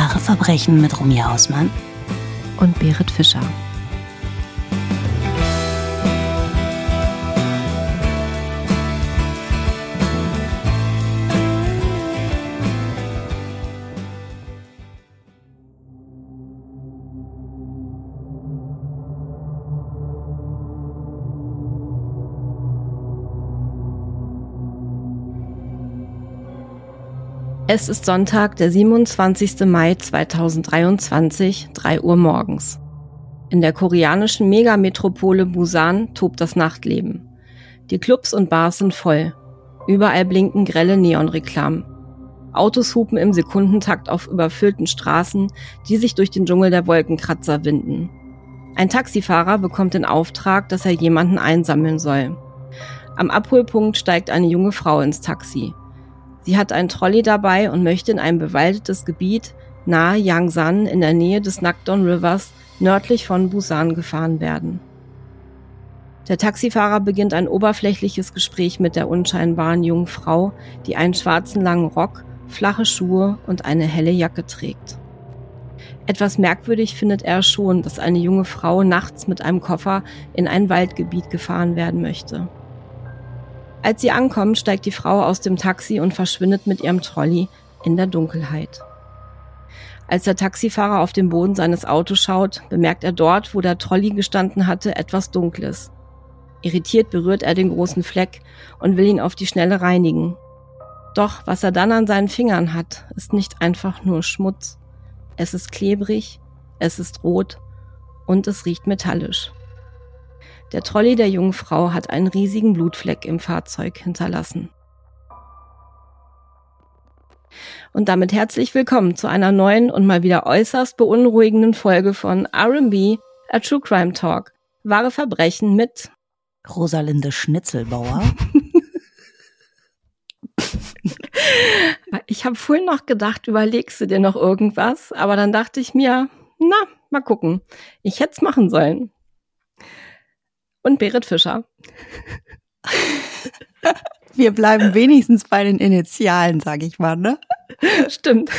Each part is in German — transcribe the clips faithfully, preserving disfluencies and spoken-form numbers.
Wahre Verbrechen mit Romy Hausmann und Berit Fischer. Es ist Sonntag, der siebenundzwanzigsten Mai zweitausenddreiundzwanzig, drei Uhr morgens. In der koreanischen Megametropole Busan tobt das Nachtleben. Die Clubs und Bars sind voll. Überall blinken grelle Neonreklamen. Autos hupen im Sekundentakt auf überfüllten Straßen, die sich durch den Dschungel der Wolkenkratzer winden. Ein Taxifahrer bekommt den Auftrag, dass er jemanden einsammeln soll. Am Abholpunkt steigt eine junge Frau ins Taxi. Sie hat einen Trolley dabei und möchte in ein bewaldetes Gebiet nahe Yangsan in der Nähe des Nakdong Rivers nördlich von Busan gefahren werden. Der Taxifahrer beginnt ein oberflächliches Gespräch mit der unscheinbaren jungen Frau, die einen schwarzen langen Rock, flache Schuhe und eine helle Jacke trägt. Etwas merkwürdig findet er schon, dass eine junge Frau nachts mit einem Koffer in ein Waldgebiet gefahren werden möchte. Als sie ankommen, steigt die Frau aus dem Taxi und verschwindet mit ihrem Trolley in der Dunkelheit. Als der Taxifahrer auf den Boden seines Autos schaut, bemerkt er dort, wo der Trolley gestanden hatte, etwas Dunkles. Irritiert berührt er den großen Fleck und will ihn auf die Schnelle reinigen. Doch was er dann an seinen Fingern hat, ist nicht einfach nur Schmutz. Es ist klebrig, es ist rot und es riecht metallisch. Der Trolley der jungen Frau hat einen riesigen Blutfleck im Fahrzeug hinterlassen. Und damit herzlich willkommen zu einer neuen und mal wieder äußerst beunruhigenden Folge von R and B, A True Crime Talk. Wahre Verbrechen mit Rosalinde Schnitzelbauer. Ich habe vorhin noch gedacht, überlegst du dir noch irgendwas? Aber dann dachte ich mir, na, mal gucken. Ich hätte es machen sollen. Und Berit Fischer. Wir bleiben wenigstens bei den Initialen, sage ich mal, ne? Stimmt.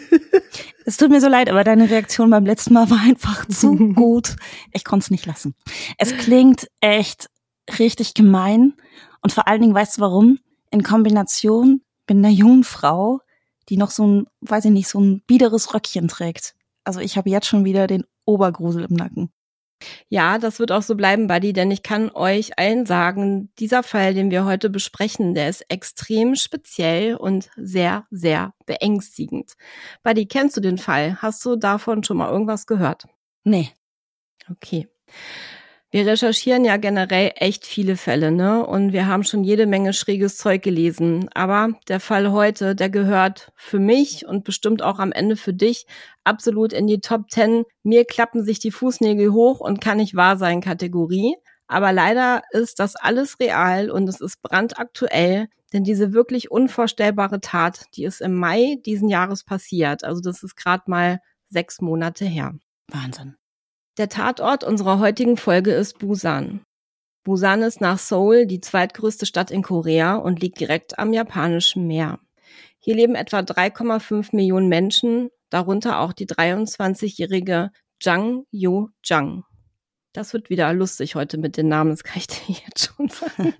Es tut mir so leid, aber deine Reaktion beim letzten Mal war einfach zu gut. Ich konnte es nicht lassen. Es klingt echt richtig gemein. Und vor allen Dingen, weißt du warum? In Kombination mit einer jungen Frau, die noch so ein, weiß ich nicht, so ein biederes Röckchen trägt. Also ich habe jetzt schon wieder den Obergrusel im Nacken. Ja, das wird auch so bleiben, Buddy, denn ich kann euch allen sagen, dieser Fall, den wir heute besprechen, der ist extrem speziell und sehr, sehr beängstigend. Buddy, kennst du den Fall? Hast du davon schon mal irgendwas gehört? Nee. Okay. Wir recherchieren ja generell echt viele Fälle, ne? Und wir haben schon jede Menge schräges Zeug gelesen. Aber der Fall heute, der gehört für mich und bestimmt auch am Ende für dich absolut in die Top Ten. Mir klappen sich die Fußnägel hoch und kann nicht wahr sein Kategorie. Aber leider ist das alles real und es ist brandaktuell. Denn diese wirklich unvorstellbare Tat, die ist im Mai diesen Jahres passiert. Also das ist gerade mal sechs Monate her. Wahnsinn. Der Tatort unserer heutigen Folge ist Busan. Busan ist nach Seoul die zweitgrößte Stadt in Korea und liegt direkt am Japanischen Meer. Hier leben etwa drei Komma fünf Millionen Menschen, darunter auch die dreiundzwanzigjährige Jang Yo-jang. Das wird wieder lustig heute mit den Namen, das kann ich dir jetzt schon sagen.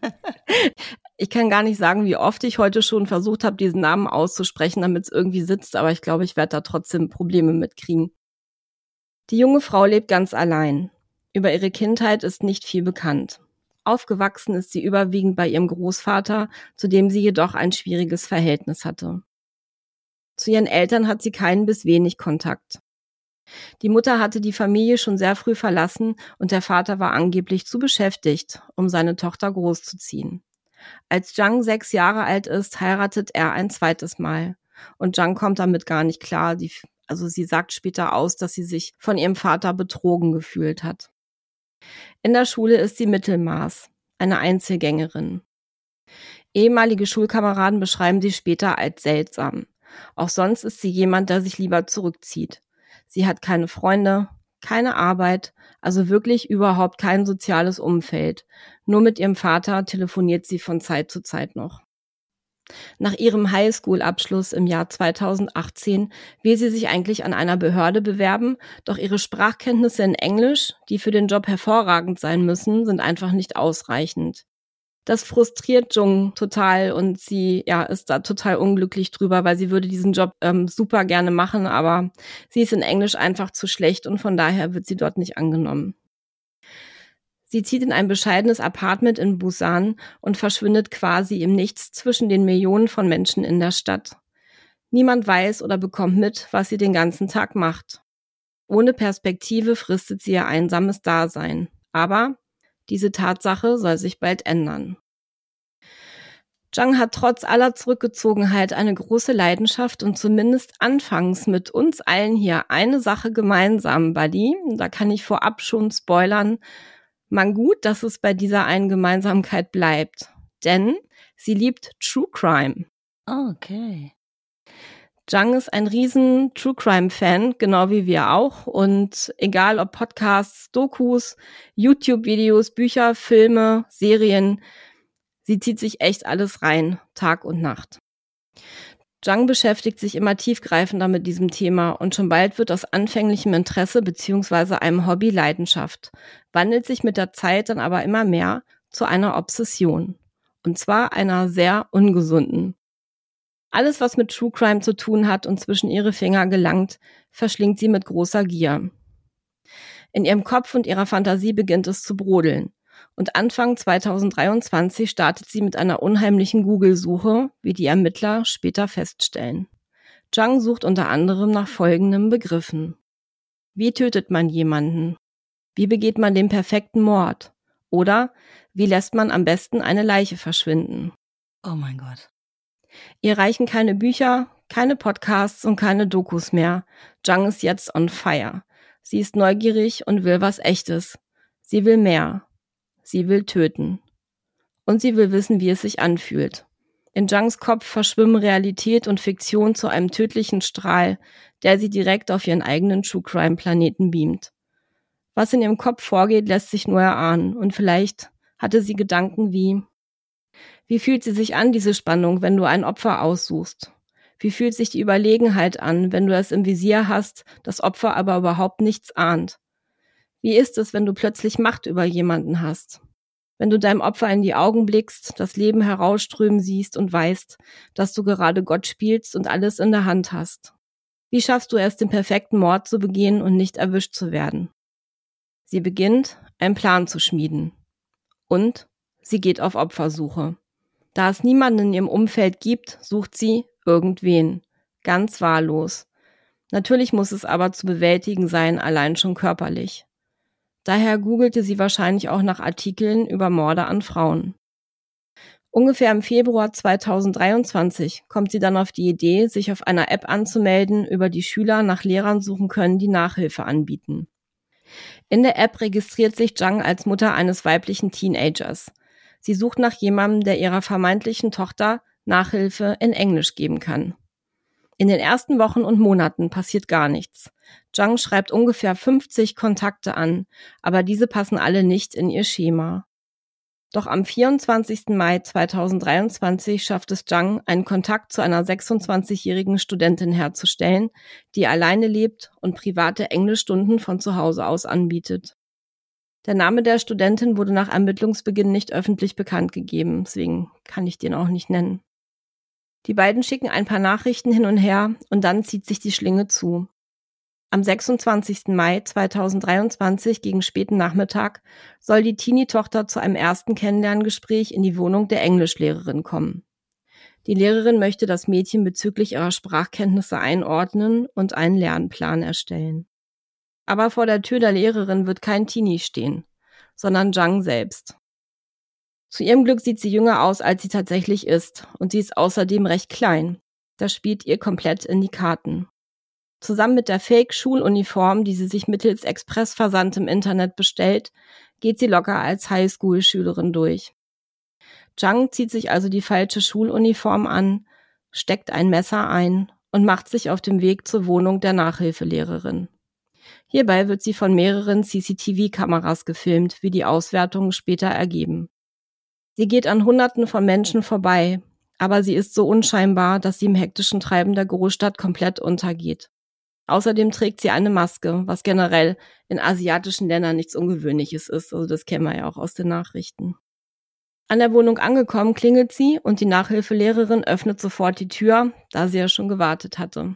Ich kann gar nicht sagen, wie oft ich heute schon versucht habe, diesen Namen auszusprechen, damit es irgendwie sitzt, aber ich glaube, ich werde da trotzdem Probleme mitkriegen. Die junge Frau lebt ganz allein. Über ihre Kindheit ist nicht viel bekannt. Aufgewachsen ist sie überwiegend bei ihrem Großvater, zu dem sie jedoch ein schwieriges Verhältnis hatte. Zu ihren Eltern hat sie keinen bis wenig Kontakt. Die Mutter hatte die Familie schon sehr früh verlassen und der Vater war angeblich zu beschäftigt, um seine Tochter großzuziehen. Als Jang sechs Jahre alt ist, heiratet er ein zweites Mal. Und Jang kommt damit gar nicht klar. Die Also sie sagt später aus, dass sie sich von ihrem Vater betrogen gefühlt hat. In der Schule ist sie Mittelmaß, eine Einzelgängerin. Ehemalige Schulkameraden beschreiben sie später als seltsam. Auch sonst ist sie jemand, der sich lieber zurückzieht. Sie hat keine Freunde, keine Arbeit, also wirklich überhaupt kein soziales Umfeld. Nur mit ihrem Vater telefoniert sie von Zeit zu Zeit noch. Nach ihrem Highschool-Abschluss im Jahr zweitausendachtzehn will sie sich eigentlich an einer Behörde bewerben, doch ihre Sprachkenntnisse in Englisch, die für den Job hervorragend sein müssen, sind einfach nicht ausreichend. Das frustriert Jung total und sie ja ist da total unglücklich drüber, weil sie würde diesen Job ähm, super gerne machen, aber sie ist in Englisch einfach zu schlecht und von daher wird sie dort nicht angenommen. Sie zieht in ein bescheidenes Apartment in Busan und verschwindet quasi im Nichts zwischen den Millionen von Menschen in der Stadt. Niemand weiß oder bekommt mit, was sie den ganzen Tag macht. Ohne Perspektive fristet sie ihr einsames Dasein. Aber diese Tatsache soll sich bald ändern. Jung hat trotz aller Zurückgezogenheit eine große Leidenschaft und zumindest anfangs mit uns allen hier eine Sache gemeinsam, Buddy. Da kann ich vorab schon spoilern. Man gut, dass es bei dieser einen Gemeinsamkeit bleibt. Denn sie liebt True Crime. Okay. Jung ist ein riesen True Crime-Fan, genau wie wir auch. Und egal ob Podcasts, Dokus, YouTube-Videos, Bücher, Filme, Serien, sie zieht sich echt alles rein, Tag und Nacht. Jung beschäftigt sich immer tiefgreifender mit diesem Thema und schon bald wird aus anfänglichem Interesse bzw. einem Hobby Leidenschaft, wandelt sich mit der Zeit dann aber immer mehr zu einer Obsession. Und zwar einer sehr ungesunden. Alles, was mit True Crime zu tun hat und zwischen ihre Finger gelangt, verschlingt sie mit großer Gier. In ihrem Kopf und ihrer Fantasie beginnt es zu brodeln. Und Anfang zweitausenddreiundzwanzig startet sie mit einer unheimlichen Google-Suche, wie die Ermittler später feststellen. Jung sucht unter anderem nach folgenden Begriffen. Wie tötet man jemanden? Wie begeht man den perfekten Mord? Oder wie lässt man am besten eine Leiche verschwinden? Oh mein Gott. Ihr reichen keine Bücher, keine Podcasts und keine Dokus mehr. Jung ist jetzt on fire. Sie ist neugierig und will was Echtes. Sie will mehr. Sie will töten. Und sie will wissen, wie es sich anfühlt. In Jungs Kopf verschwimmen Realität und Fiktion zu einem tödlichen Strahl, der sie direkt auf ihren eigenen True-Crime-Planeten beamt. Was in ihrem Kopf vorgeht, lässt sich nur erahnen. Und vielleicht hatte sie Gedanken wie: Wie fühlt sie sich an, diese Spannung, wenn du ein Opfer aussuchst? Wie fühlt sich die Überlegenheit an, wenn du es im Visier hast, das Opfer aber überhaupt nichts ahnt? Wie ist es, wenn du plötzlich Macht über jemanden hast? Wenn du deinem Opfer in die Augen blickst, das Leben herausströmen siehst und weißt, dass du gerade Gott spielst und alles in der Hand hast? Wie schaffst du es, den perfekten Mord zu begehen und nicht erwischt zu werden? Sie beginnt, einen Plan zu schmieden. Und sie geht auf Opfersuche. Da es niemanden in ihrem Umfeld gibt, sucht sie irgendwen. Ganz wahllos. Natürlich muss es aber zu bewältigen sein, allein schon körperlich. Daher googelte sie wahrscheinlich auch nach Artikeln über Morde an Frauen. Ungefähr im Februar zweitausenddreiundzwanzig kommt sie dann auf die Idee, sich auf einer App anzumelden, über die Schüler nach Lehrern suchen können, die Nachhilfe anbieten. In der App registriert sich Jung als Mutter eines weiblichen Teenagers. Sie sucht nach jemandem, der ihrer vermeintlichen Tochter Nachhilfe in Englisch geben kann. In den ersten Wochen und Monaten passiert gar nichts. Jung schreibt ungefähr fünfzig Kontakte an, aber diese passen alle nicht in ihr Schema. Doch am vierundzwanzigsten Mai zweitausenddreiundzwanzig schafft es Jung, einen Kontakt zu einer sechsundzwanzigjährigen Studentin herzustellen, die alleine lebt und private Englischstunden von zu Hause aus anbietet. Der Name der Studentin wurde nach Ermittlungsbeginn nicht öffentlich bekannt gegeben, deswegen kann ich den auch nicht nennen. Die beiden schicken ein paar Nachrichten hin und her und dann zieht sich die Schlinge zu. Am sechsundzwanzigsten Mai zweitausenddreiundzwanzig gegen späten Nachmittag soll die Teenie-Tochter zu einem ersten Kennenlerngespräch in die Wohnung der Englischlehrerin kommen. Die Lehrerin möchte das Mädchen bezüglich ihrer Sprachkenntnisse einordnen und einen Lernplan erstellen. Aber vor der Tür der Lehrerin wird kein Teenie stehen, sondern Jung selbst. Zu ihrem Glück sieht sie jünger aus, als sie tatsächlich ist, und sie ist außerdem recht klein. Das spielt ihr komplett in die Karten. Zusammen mit der Fake-Schuluniform, die sie sich mittels Expressversand im Internet bestellt, geht sie locker als Highschool-Schülerin durch. Jung zieht sich also die falsche Schuluniform an, steckt ein Messer ein und macht sich auf dem Weg zur Wohnung der Nachhilfelehrerin. Hierbei wird sie von mehreren C C T V-Kameras gefilmt, wie die Auswertungen später ergeben. Sie geht an Hunderten von Menschen vorbei, aber sie ist so unscheinbar, dass sie im hektischen Treiben der Großstadt komplett untergeht. Außerdem trägt sie eine Maske, was generell in asiatischen Ländern nichts Ungewöhnliches ist. Also das kennen wir ja auch aus den Nachrichten. An der Wohnung angekommen, klingelt sie und die Nachhilfelehrerin öffnet sofort die Tür, da sie ja schon gewartet hatte.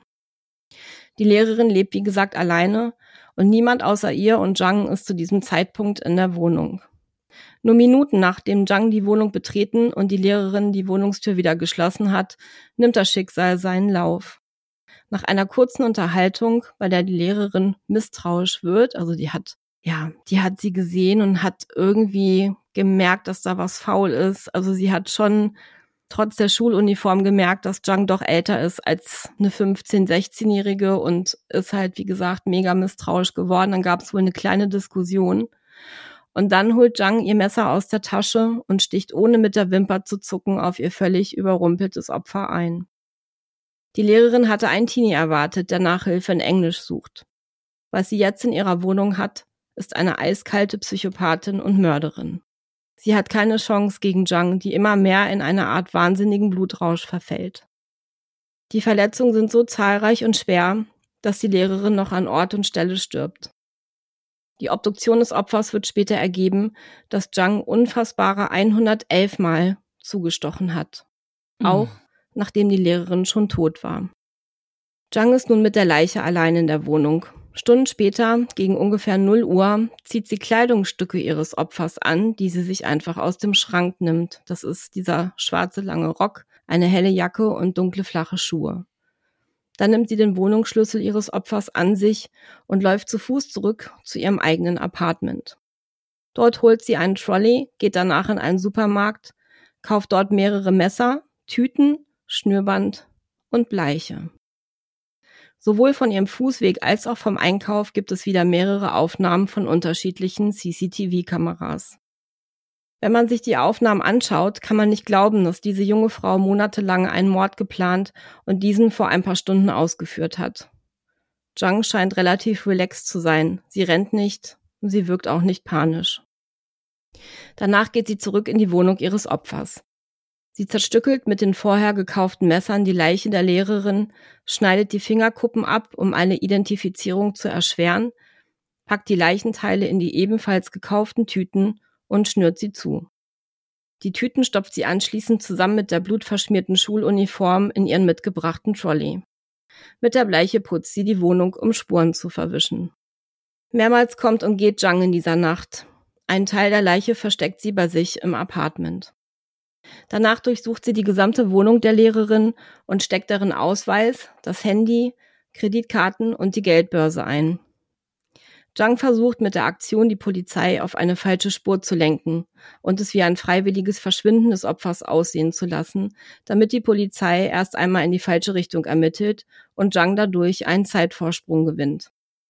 Die Lehrerin lebt wie gesagt alleine und niemand außer ihr und Zhang ist zu diesem Zeitpunkt in der Wohnung. Nur Minuten nachdem Zhang die Wohnung betreten und die Lehrerin die Wohnungstür wieder geschlossen hat, nimmt das Schicksal seinen Lauf. Nach einer kurzen Unterhaltung, bei der die Lehrerin misstrauisch wird, also die hat, ja, die hat sie gesehen und hat irgendwie gemerkt, dass da was faul ist. Also sie hat schon trotz der Schuluniform gemerkt, dass Zhang doch älter ist als eine fünfzehn-, sechzehnjährige und ist halt, wie gesagt, mega misstrauisch geworden. Dann gab es wohl eine kleine Diskussion. Und dann holt Zhang ihr Messer aus der Tasche und sticht ohne mit der Wimper zu zucken auf ihr völlig überrumpeltes Opfer ein. Die Lehrerin hatte einen Teenie erwartet, der Nachhilfe in Englisch sucht. Was sie jetzt in ihrer Wohnung hat, ist eine eiskalte Psychopathin und Mörderin. Sie hat keine Chance gegen Zhang, die immer mehr in eine Art wahnsinnigen Blutrausch verfällt. Die Verletzungen sind so zahlreich und schwer, dass die Lehrerin noch an Ort und Stelle stirbt. Die Obduktion des Opfers wird später ergeben, dass Zhang unfassbare hundertelf Mal zugestochen hat. Mhm. Auch nachdem die Lehrerin schon tot war. Zhang ist nun mit der Leiche allein in der Wohnung. Stunden später, gegen ungefähr null Uhr, zieht sie Kleidungsstücke ihres Opfers an, die sie sich einfach aus dem Schrank nimmt. Das ist dieser schwarze lange Rock, eine helle Jacke und dunkle flache Schuhe. Dann nimmt sie den Wohnungsschlüssel ihres Opfers an sich und läuft zu Fuß zurück zu ihrem eigenen Apartment. Dort holt sie einen Trolley, geht danach in einen Supermarkt, kauft dort mehrere Messer, Tüten, Schnürband und Bleiche. Sowohl von ihrem Fußweg als auch vom Einkauf gibt es wieder mehrere Aufnahmen von unterschiedlichen C C T V-Kameras. Wenn man sich die Aufnahmen anschaut, kann man nicht glauben, dass diese junge Frau monatelang einen Mord geplant und diesen vor ein paar Stunden ausgeführt hat. Zhang scheint relativ relaxed zu sein. Sie rennt nicht und sie wirkt auch nicht panisch. Danach geht sie zurück in die Wohnung ihres Opfers. Sie zerstückelt mit den vorher gekauften Messern die Leiche der Lehrerin, schneidet die Fingerkuppen ab, um eine Identifizierung zu erschweren, packt die Leichenteile in die ebenfalls gekauften Tüten und schnürt sie zu. Die Tüten stopft sie anschließend zusammen mit der blutverschmierten Schuluniform in ihren mitgebrachten Trolley. Mit der Bleiche putzt sie die Wohnung, um Spuren zu verwischen. Mehrmals kommt und geht Zhang in dieser Nacht. Einen Teil der Leiche versteckt sie bei sich im Apartment. Danach durchsucht sie die gesamte Wohnung der Lehrerin und steckt darin Ausweis, das Handy, Kreditkarten und die Geldbörse ein. Zhang versucht mit der Aktion die Polizei auf eine falsche Spur zu lenken und es wie ein freiwilliges Verschwinden des Opfers aussehen zu lassen, damit die Polizei erst einmal in die falsche Richtung ermittelt und Zhang dadurch einen Zeitvorsprung gewinnt.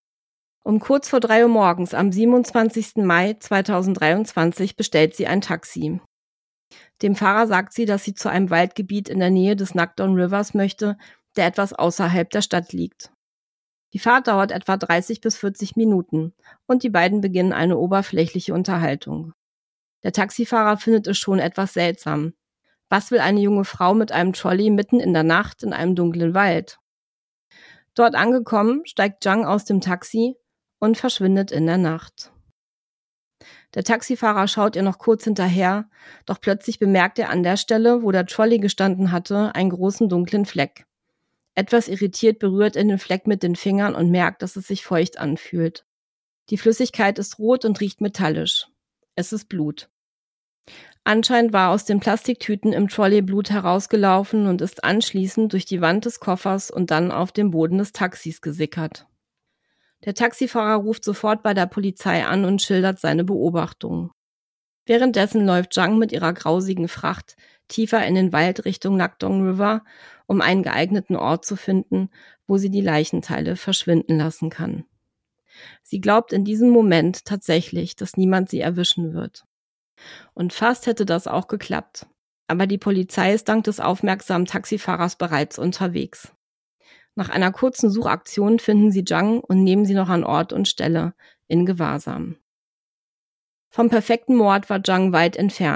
Um kurz vor drei Uhr morgens am siebenundzwanzigsten Mai zweitausenddreiundzwanzig bestellt sie ein Taxi. Dem Fahrer sagt sie, dass sie zu einem Waldgebiet in der Nähe des Nakdong Rivers möchte, der etwas außerhalb der Stadt liegt. Die Fahrt dauert etwa dreißig bis vierzig Minuten und die beiden beginnen eine oberflächliche Unterhaltung. Der Taxifahrer findet es schon etwas seltsam. Was will eine junge Frau mit einem Trolley mitten in der Nacht in einem dunklen Wald? Dort angekommen, steigt Zhang aus dem Taxi und verschwindet in der Nacht. Der Taxifahrer schaut ihr noch kurz hinterher, doch plötzlich bemerkt er an der Stelle, wo der Trolley gestanden hatte, einen großen dunklen Fleck. Etwas irritiert berührt er den Fleck mit den Fingern und merkt, dass es sich feucht anfühlt. Die Flüssigkeit ist rot und riecht metallisch. Es ist Blut. Anscheinend war aus den Plastiktüten im Trolley Blut herausgelaufen und ist anschließend durch die Wand des Koffers und dann auf den Boden des Taxis gesickert. Der Taxifahrer ruft sofort bei der Polizei an und schildert seine Beobachtungen. Währenddessen läuft Zhang mit ihrer grausigen Fracht tiefer in den Wald Richtung Nakdong River, um einen geeigneten Ort zu finden, wo sie die Leichenteile verschwinden lassen kann. Sie glaubt in diesem Moment tatsächlich, dass niemand sie erwischen wird. Und fast hätte das auch geklappt. Aber die Polizei ist dank des aufmerksamen Taxifahrers bereits unterwegs. Nach einer kurzen Suchaktion finden sie Zhang und nehmen sie noch an Ort und Stelle in Gewahrsam. Vom perfekten Mord war Zhang weit entfernt.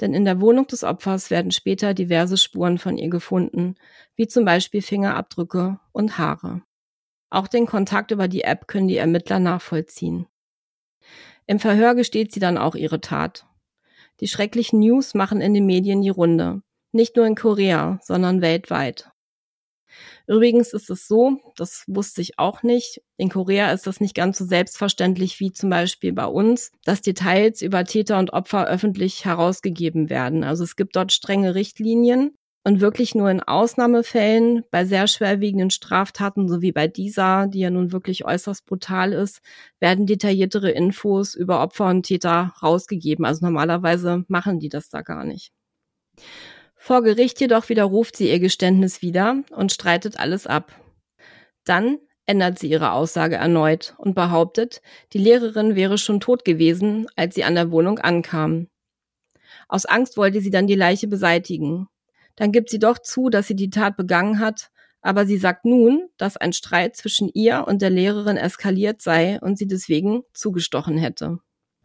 Denn in der Wohnung des Opfers werden später diverse Spuren von ihr gefunden, wie zum Beispiel Fingerabdrücke und Haare. Auch den Kontakt über die App können die Ermittler nachvollziehen. Im Verhör gesteht sie dann auch ihre Tat. Die schrecklichen News machen in den Medien die Runde. Nicht nur in Korea, sondern weltweit. Übrigens ist es so, das wusste ich auch nicht, in Korea ist das nicht ganz so selbstverständlich wie zum Beispiel bei uns, dass Details über Täter und Opfer öffentlich herausgegeben werden. Also es gibt dort strenge Richtlinien und wirklich nur in Ausnahmefällen, bei sehr schwerwiegenden Straftaten, so wie bei dieser, die ja nun wirklich äußerst brutal ist, werden detailliertere Infos über Opfer und Täter rausgegeben. Also normalerweise machen die das da gar nicht. Vor Gericht jedoch widerruft sie ihr Geständnis wieder und streitet alles ab. Dann ändert sie ihre Aussage erneut und behauptet, die Lehrerin wäre schon tot gewesen, als sie an der Wohnung ankam. Aus Angst wollte sie dann die Leiche beseitigen. Dann gibt sie doch zu, dass sie die Tat begangen hat, aber sie sagt nun, dass ein Streit zwischen ihr und der Lehrerin eskaliert sei und sie deswegen zugestochen hätte.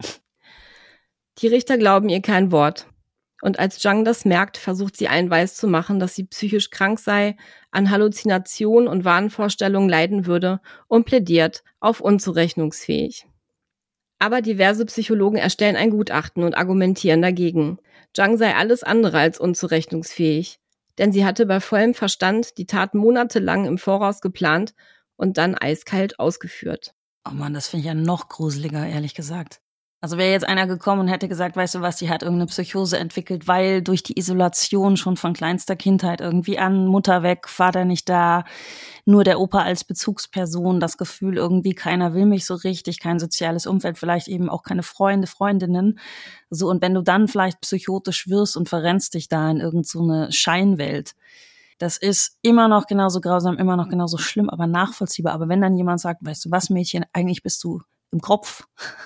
Die Richter glauben ihr kein Wort. Und als Jang das merkt, versucht sie allen weiszumachen, dass sie psychisch krank sei, an Halluzinationen und Wahnvorstellungen leiden würde und plädiert auf unzurechnungsfähig. Aber diverse Psychologen erstellen ein Gutachten und argumentieren dagegen. Jang sei alles andere als unzurechnungsfähig, denn sie hatte bei vollem Verstand die Tat monatelang im Voraus geplant und dann eiskalt ausgeführt. Oh Mann, das finde ich ja noch gruseliger, ehrlich gesagt. Also wäre jetzt einer gekommen und hätte gesagt, weißt du was, die hat irgendeine Psychose entwickelt, weil durch die Isolation schon von kleinster Kindheit irgendwie an, Mutter weg, Vater nicht da, nur der Opa als Bezugsperson, das Gefühl irgendwie, keiner will mich so richtig, kein soziales Umfeld, vielleicht eben auch keine Freunde, Freundinnen. So, und wenn du dann vielleicht psychotisch wirst und verrennst dich da in irgend so eine Scheinwelt, das ist immer noch genauso grausam, immer noch genauso schlimm, aber nachvollziehbar. Aber wenn dann jemand sagt, weißt du was, Mädchen, eigentlich bist du im Kopf,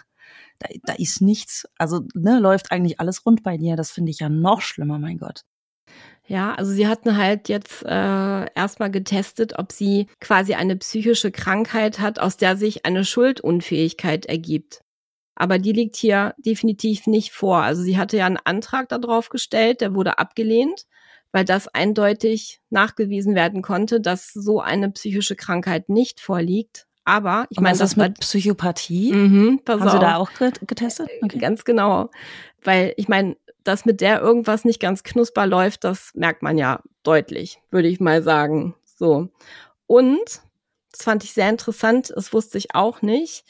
Da, da ist nichts, also ne, läuft eigentlich alles rund bei dir. Das finde ich ja noch schlimmer, mein Gott. Ja, also sie hatten halt jetzt äh, erstmal getestet, ob sie quasi eine psychische Krankheit hat, aus der sich eine Schuldunfähigkeit ergibt. Aber die liegt hier definitiv nicht vor. Also sie hatte ja einen Antrag darauf gestellt, der wurde abgelehnt, weil das eindeutig nachgewiesen werden konnte, dass so eine psychische Krankheit nicht vorliegt. Aber ich meine, das mit Psychopathie? Mhm, pass Haben auf. Sie da auch getestet? Okay. Ganz genau. Weil ich meine, dass mit der irgendwas nicht ganz knusper läuft, das merkt man ja deutlich, würde ich mal sagen. So. Und, das fand ich sehr interessant, das wusste ich auch nicht,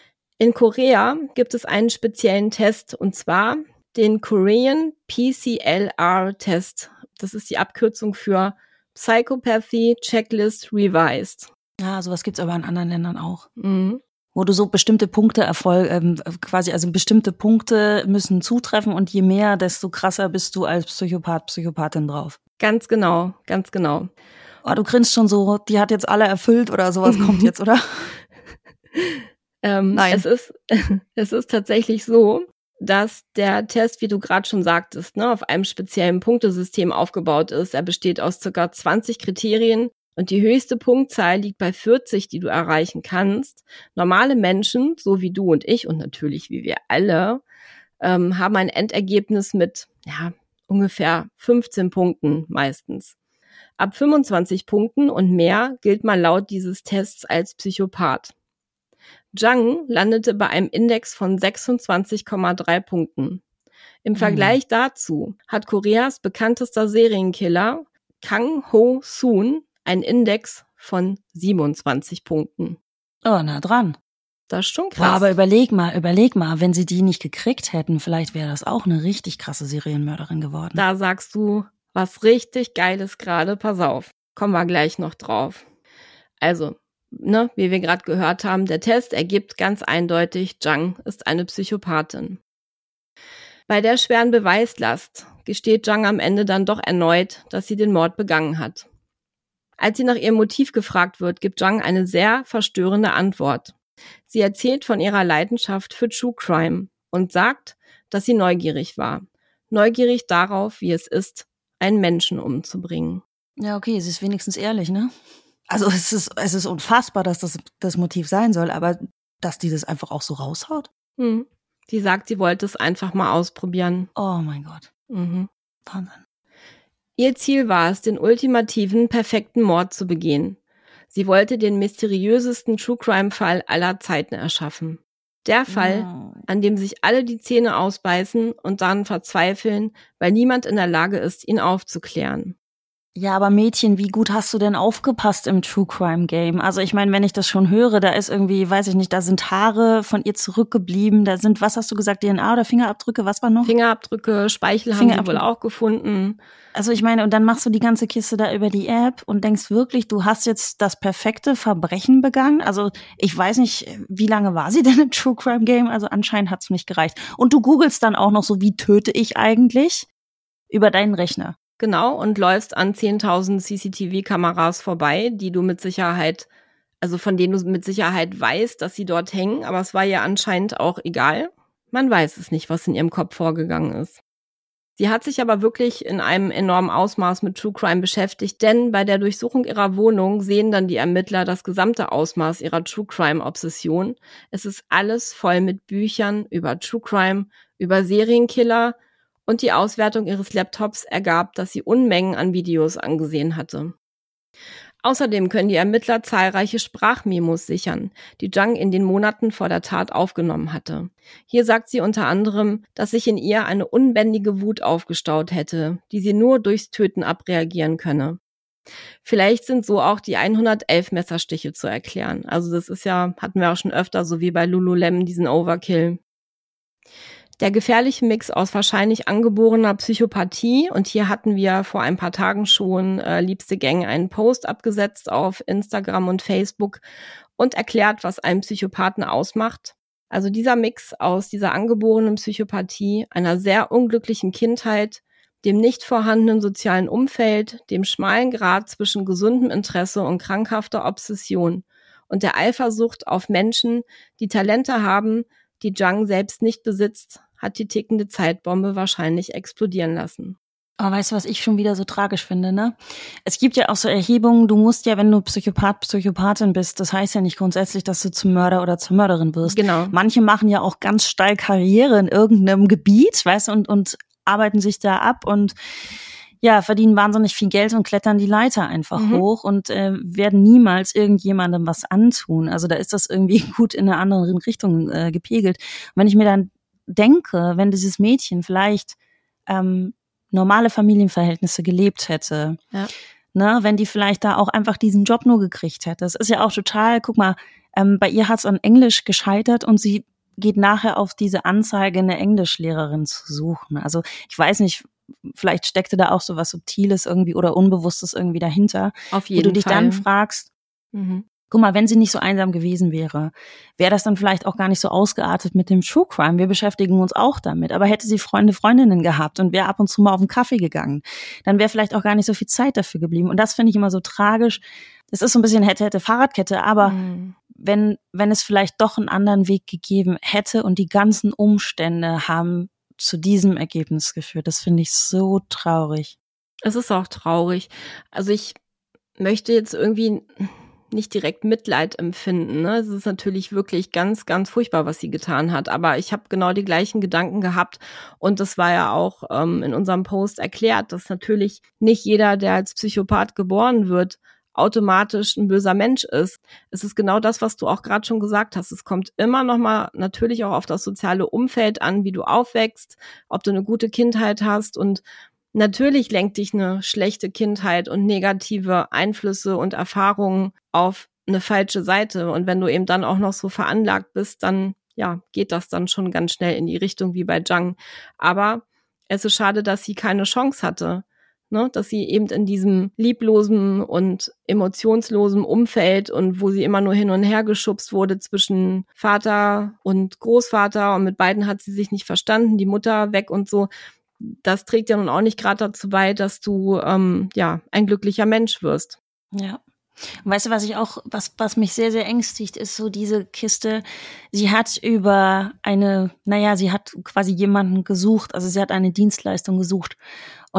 in Korea gibt es einen speziellen Test, und zwar den Korean P C L R-Test. Das ist die Abkürzung für Psychopathy Checklist Revised. Ja, sowas gibt's aber in anderen Ländern auch. Mhm. Wo du so bestimmte Punkte erfolg, ähm, quasi, also bestimmte Punkte müssen zutreffen und je mehr, desto krasser bist du als Psychopath, Psychopathin drauf. Ganz genau, ganz genau. Oh, du grinst schon so, die hat jetzt alle erfüllt oder sowas kommt jetzt, oder? ähm, Nein. Es ist, es ist tatsächlich so, dass der Test, wie du gerade schon sagtest, ne, auf einem speziellen Punktesystem aufgebaut ist. Er besteht aus circa zwanzig Kriterien. Und die höchste Punktzahl liegt bei vierzig, die du erreichen kannst. Normale Menschen, so wie du und ich und natürlich wie wir alle, ähm, haben ein Endergebnis mit ja ungefähr fünfzehn Punkten meistens. Ab fünfundzwanzig Punkten und mehr gilt man laut dieses Tests als Psychopath. Jang landete bei einem Index von sechsundzwanzig Komma drei Punkten. Im Vergleich dazu hat Koreas bekanntester Serienkiller Kang Ho-soon einen Index von siebenundzwanzig Punkten. Oh, na dran. Das ist schon krass. Boah, aber überleg mal, überleg mal, wenn sie die nicht gekriegt hätten, vielleicht wäre das auch eine richtig krasse Serienmörderin geworden. Da sagst du was richtig Geiles gerade, pass auf. Kommen wir gleich noch drauf. Also, ne, wie wir gerade gehört haben, der Test ergibt ganz eindeutig, Jang ist eine Psychopathin. Bei der schweren Beweislast gesteht Jang am Ende dann doch erneut, dass sie den Mord begangen hat. Als sie nach ihrem Motiv gefragt wird, gibt Jang eine sehr verstörende Antwort. Sie erzählt von ihrer Leidenschaft für True Crime und sagt, dass sie neugierig war. Neugierig darauf, wie es ist, einen Menschen umzubringen. Ja, okay, sie ist wenigstens ehrlich, ne? Also es ist, es ist unfassbar, dass das das Motiv sein soll, aber dass die das einfach auch so raushaut? Hm. Sie sagt, sie wollte es einfach mal ausprobieren. Oh mein Gott. Mhm. Wahnsinn. Ihr Ziel war es, den ultimativen, perfekten Mord zu begehen. Sie wollte den mysteriösesten True-Crime-Fall aller Zeiten erschaffen. Der Fall, Oh. an dem sich alle die Zähne ausbeißen und dann verzweifeln, weil niemand in der Lage ist, ihn aufzuklären. Ja, aber Mädchen, wie gut hast du denn aufgepasst im True Crime Game? Also ich meine, wenn ich das schon höre, da ist irgendwie, weiß ich nicht, da sind Haare von ihr zurückgeblieben, da sind, was hast du gesagt, D N A oder Fingerabdrücke, was war noch? Fingerabdrücke, Speichel haben sie wohl auch gefunden. Also ich meine, und dann machst du die ganze Kiste da über die App und denkst wirklich, du hast jetzt das perfekte Verbrechen begangen? Also ich weiß nicht, wie lange war sie denn im True Crime Game? Also anscheinend hat's nicht gereicht. Und du googelst dann auch noch so, wie töte ich eigentlich? Über deinen Rechner. Genau, und läufst an zehntausend C C T V-Kameras vorbei, die du mit Sicherheit, also von denen du mit Sicherheit weißt, dass sie dort hängen, aber es war ihr anscheinend auch egal. Man weiß es nicht, was in ihrem Kopf vorgegangen ist. Sie hat sich aber wirklich in einem enormen Ausmaß mit True Crime beschäftigt, denn bei der Durchsuchung ihrer Wohnung sehen dann die Ermittler das gesamte Ausmaß ihrer True Crime-Obsession. Es ist alles voll mit Büchern über True Crime, über Serienkiller, und die Auswertung ihres Laptops ergab, dass sie Unmengen an Videos angesehen hatte. Außerdem können die Ermittler zahlreiche Sprachmemos sichern, die Zhang in den Monaten vor der Tat aufgenommen hatte. Hier sagt sie unter anderem, dass sich in ihr eine unbändige Wut aufgestaut hätte, die sie nur durchs Töten abreagieren könne. Vielleicht sind so auch die hundertelf Messerstiche zu erklären. Also das ist ja, hatten wir auch schon öfter, so wie bei Lululemon, diesen Overkill. Der gefährliche Mix aus wahrscheinlich angeborener Psychopathie, und hier hatten wir vor ein paar Tagen schon äh, Liebste Gang einen Post abgesetzt auf Instagram und Facebook und erklärt, was einen Psychopathen ausmacht. Also dieser Mix aus dieser angeborenen Psychopathie, einer sehr unglücklichen Kindheit, dem nicht vorhandenen sozialen Umfeld, dem schmalen Grat zwischen gesundem Interesse und krankhafter Obsession und der Eifersucht auf Menschen, die Talente haben, die Zhang selbst nicht besitzt, hat die tickende Zeitbombe wahrscheinlich explodieren lassen. Aber weißt du, was ich schon wieder so tragisch finde, ne? Es gibt ja auch so Erhebungen, du musst ja, wenn du Psychopath, Psychopathin bist, das heißt ja nicht grundsätzlich, dass du zum Mörder oder zur Mörderin wirst. Genau. Manche machen ja auch ganz steil Karriere in irgendeinem Gebiet, weißt du, und, und arbeiten sich da ab und ja, verdienen wahnsinnig viel Geld und klettern die Leiter einfach mhm. hoch und äh, werden niemals irgendjemandem was antun. Also da ist das irgendwie gut in einer anderen Richtung äh, gepegelt. Und wenn ich mir dann denke, wenn dieses Mädchen vielleicht ähm, normale Familienverhältnisse gelebt hätte, ja. ne, wenn die vielleicht da auch einfach diesen Job nur gekriegt hätte. Das ist ja auch total, guck mal, ähm, bei ihr hat es an Englisch gescheitert und sie geht nachher auf diese Anzeige, eine Englischlehrerin zu suchen. Also ich weiß nicht, vielleicht steckte da auch so was Subtiles irgendwie oder Unbewusstes irgendwie dahinter. Auf jeden Fall. Wo du dich Fall. dann fragst, mhm. guck mal, wenn sie nicht so einsam gewesen wäre, wäre das dann vielleicht auch gar nicht so ausgeartet mit dem True Crime. Wir beschäftigen uns auch damit. Aber hätte sie Freunde, Freundinnen gehabt und wäre ab und zu mal auf einen Kaffee gegangen, dann wäre vielleicht auch gar nicht so viel Zeit dafür geblieben. Und das finde ich immer so tragisch. Das ist so ein bisschen hätte, hätte, Fahrradkette. Aber mhm. wenn, wenn es vielleicht doch einen anderen Weg gegeben hätte und die ganzen Umstände haben zu diesem Ergebnis geführt, das finde ich so traurig. Es ist auch traurig. Also ich möchte jetzt irgendwie nicht direkt Mitleid empfinden. Ne? Es ist natürlich wirklich ganz, ganz furchtbar, was sie getan hat. Aber ich habe genau die gleichen Gedanken gehabt. Und das war ja auch ähm, in unserem Post erklärt, dass natürlich nicht jeder, der als Psychopath geboren wird, automatisch ein böser Mensch ist. Es ist genau das, was du auch gerade schon gesagt hast. Es kommt immer noch mal natürlich auch auf das soziale Umfeld an, wie du aufwächst, ob du eine gute Kindheit hast. Und natürlich lenkt dich eine schlechte Kindheit und negative Einflüsse und Erfahrungen auf eine falsche Seite. Und wenn du eben dann auch noch so veranlagt bist, dann ja, geht das dann schon ganz schnell in die Richtung wie bei Zhang. Aber es ist schade, dass sie keine Chance hatte, ne? Dass sie eben in diesem lieblosen und emotionslosen Umfeld und wo sie immer nur hin und her geschubst wurde zwischen Vater und Großvater und mit beiden hat sie sich nicht verstanden, die Mutter weg und so. Das trägt ja nun auch nicht gerade dazu bei, dass du ähm, ja ein glücklicher Mensch wirst. Ja. Und weißt du, was ich auch, was was mich sehr, sehr ängstigt, ist so diese Kiste. Sie hat über eine, naja, sie hat quasi jemanden gesucht, also sie hat eine Dienstleistung gesucht. Und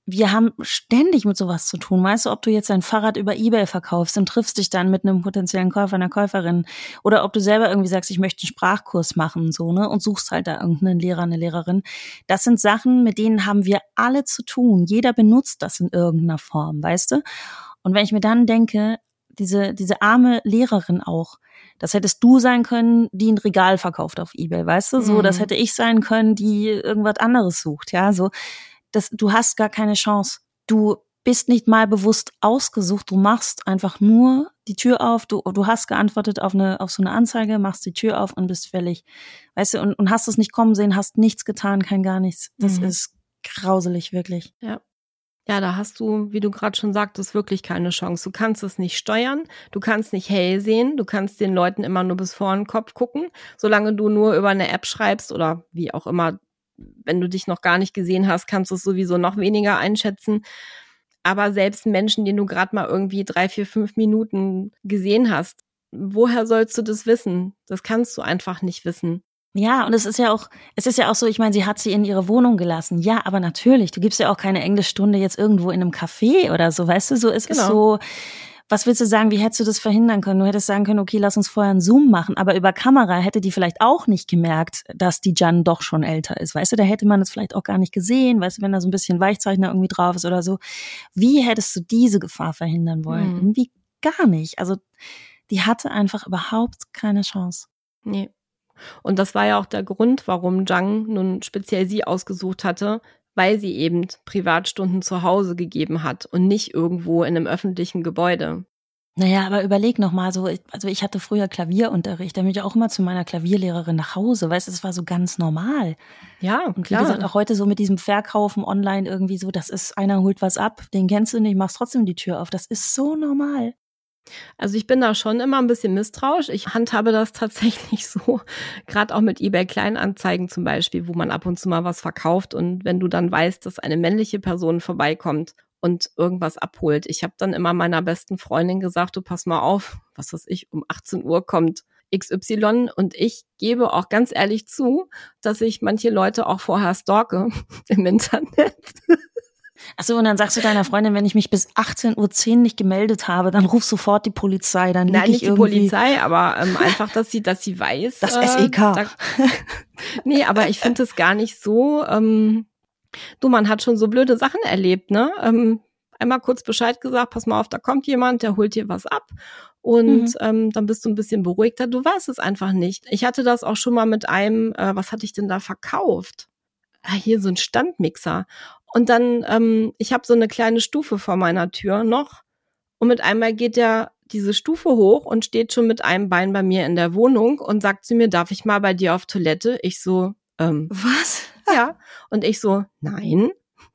wir haben ständig mit sowas zu tun. Weißt du, ob du jetzt dein Fahrrad über eBay verkaufst und triffst dich dann mit einem potenziellen Käufer, einer Käuferin, oder ob du selber irgendwie sagst, ich möchte einen Sprachkurs machen, so, ne, und suchst halt da irgendeinen Lehrer, eine Lehrerin. Das sind Sachen, mit denen haben wir alle zu tun. Jeder benutzt das in irgendeiner Form, weißt du? Und wenn ich mir dann denke, diese, diese arme Lehrerin auch, das hättest du sein können, die ein Regal verkauft auf eBay, weißt du? So, mhm. Das hätte ich sein können, die irgendwas anderes sucht, ja, so. Das, du hast gar keine Chance. Du bist nicht mal bewusst ausgesucht. Du machst einfach nur die Tür auf. Du, du hast geantwortet auf eine, auf so eine Anzeige, machst die Tür auf und bist fällig. Weißt du, und, und hast es nicht kommen sehen, hast nichts getan, kein gar nichts. Das mhm. ist grauselig, wirklich. Ja. Ja, da hast du, wie du gerade schon sagtest, wirklich keine Chance. Du kannst es nicht steuern, du kannst nicht hell sehen, du kannst den Leuten immer nur bis vor den Kopf gucken. Solange du nur über eine App schreibst oder wie auch immer, wenn du dich noch gar nicht gesehen hast, kannst du es sowieso noch weniger einschätzen. Aber selbst Menschen, den du gerade mal irgendwie drei, vier, fünf Minuten gesehen hast, woher sollst du das wissen? Das kannst du einfach nicht wissen. Ja, und es ist ja auch, es ist ja auch so, ich meine, sie hat sie in ihre Wohnung gelassen. Ja, aber natürlich, du gibst ja auch keine Englischstunde jetzt irgendwo in einem Café oder so, weißt du, so, es genau. ist so, was willst du sagen, wie hättest du das verhindern können? Du hättest sagen können, okay, lass uns vorher einen Zoom machen, aber über Kamera hätte die vielleicht auch nicht gemerkt, dass die Jan doch schon älter ist, weißt du, da hätte man es vielleicht auch gar nicht gesehen, weißt du, wenn da so ein bisschen Weichzeichner irgendwie drauf ist oder so. Wie hättest du diese Gefahr verhindern wollen? Mhm. Irgendwie gar nicht. Also, die hatte einfach überhaupt keine Chance. Nee. Und das war ja auch der Grund, warum Zhang nun speziell sie ausgesucht hatte, weil sie eben Privatstunden zu Hause gegeben hat und nicht irgendwo in einem öffentlichen Gebäude. Naja, aber überleg noch mal so, also ich hatte früher Klavierunterricht, da bin ich auch immer zu meiner Klavierlehrerin nach Hause, weißt du, das war so ganz normal. Ja, und klar. Wie gesagt, auch heute so mit diesem Verkaufen online irgendwie so, das ist, einer holt was ab, den kennst du nicht, machst trotzdem die Tür auf, das ist so normal. Also ich bin da schon immer ein bisschen misstrauisch. Ich handhabe das tatsächlich so, gerade auch mit eBay Kleinanzeigen zum Beispiel, wo man ab und zu mal was verkauft und wenn du dann weißt, dass eine männliche Person vorbeikommt und irgendwas abholt. Ich habe dann immer meiner besten Freundin gesagt, du pass mal auf, was weiß ich, um achtzehn Uhr kommt X Y und ich gebe auch ganz ehrlich zu, dass ich manche Leute auch vorher stalke im Internet. Ach so, und dann sagst du deiner Freundin, wenn ich mich bis achtzehn Uhr zehn nicht gemeldet habe, dann ruf sofort die Polizei, dann lieg Nein, ich nicht irgendwie... die Polizei, aber ähm, einfach, dass sie, dass sie weiß. Das äh, S E K. Da, nee, aber ich finde es gar nicht so. Ähm, du, man hat schon so blöde Sachen erlebt, ne? Ähm, einmal kurz Bescheid gesagt, pass mal auf, da kommt jemand, der holt dir was ab. Und mhm. ähm, dann bist du ein bisschen beruhigter. Du weißt es einfach nicht. Ich hatte das auch schon mal mit einem, äh, was hatte ich denn da verkauft? Ah, hier so ein Standmixer. Und dann, ähm, ich habe so eine kleine Stufe vor meiner Tür noch und mit einmal geht der diese Stufe hoch und steht schon mit einem Bein bei mir in der Wohnung und sagt zu mir, darf ich mal bei dir auf Toilette? Ich so, ähm, was? Ja. Und ich so, nein.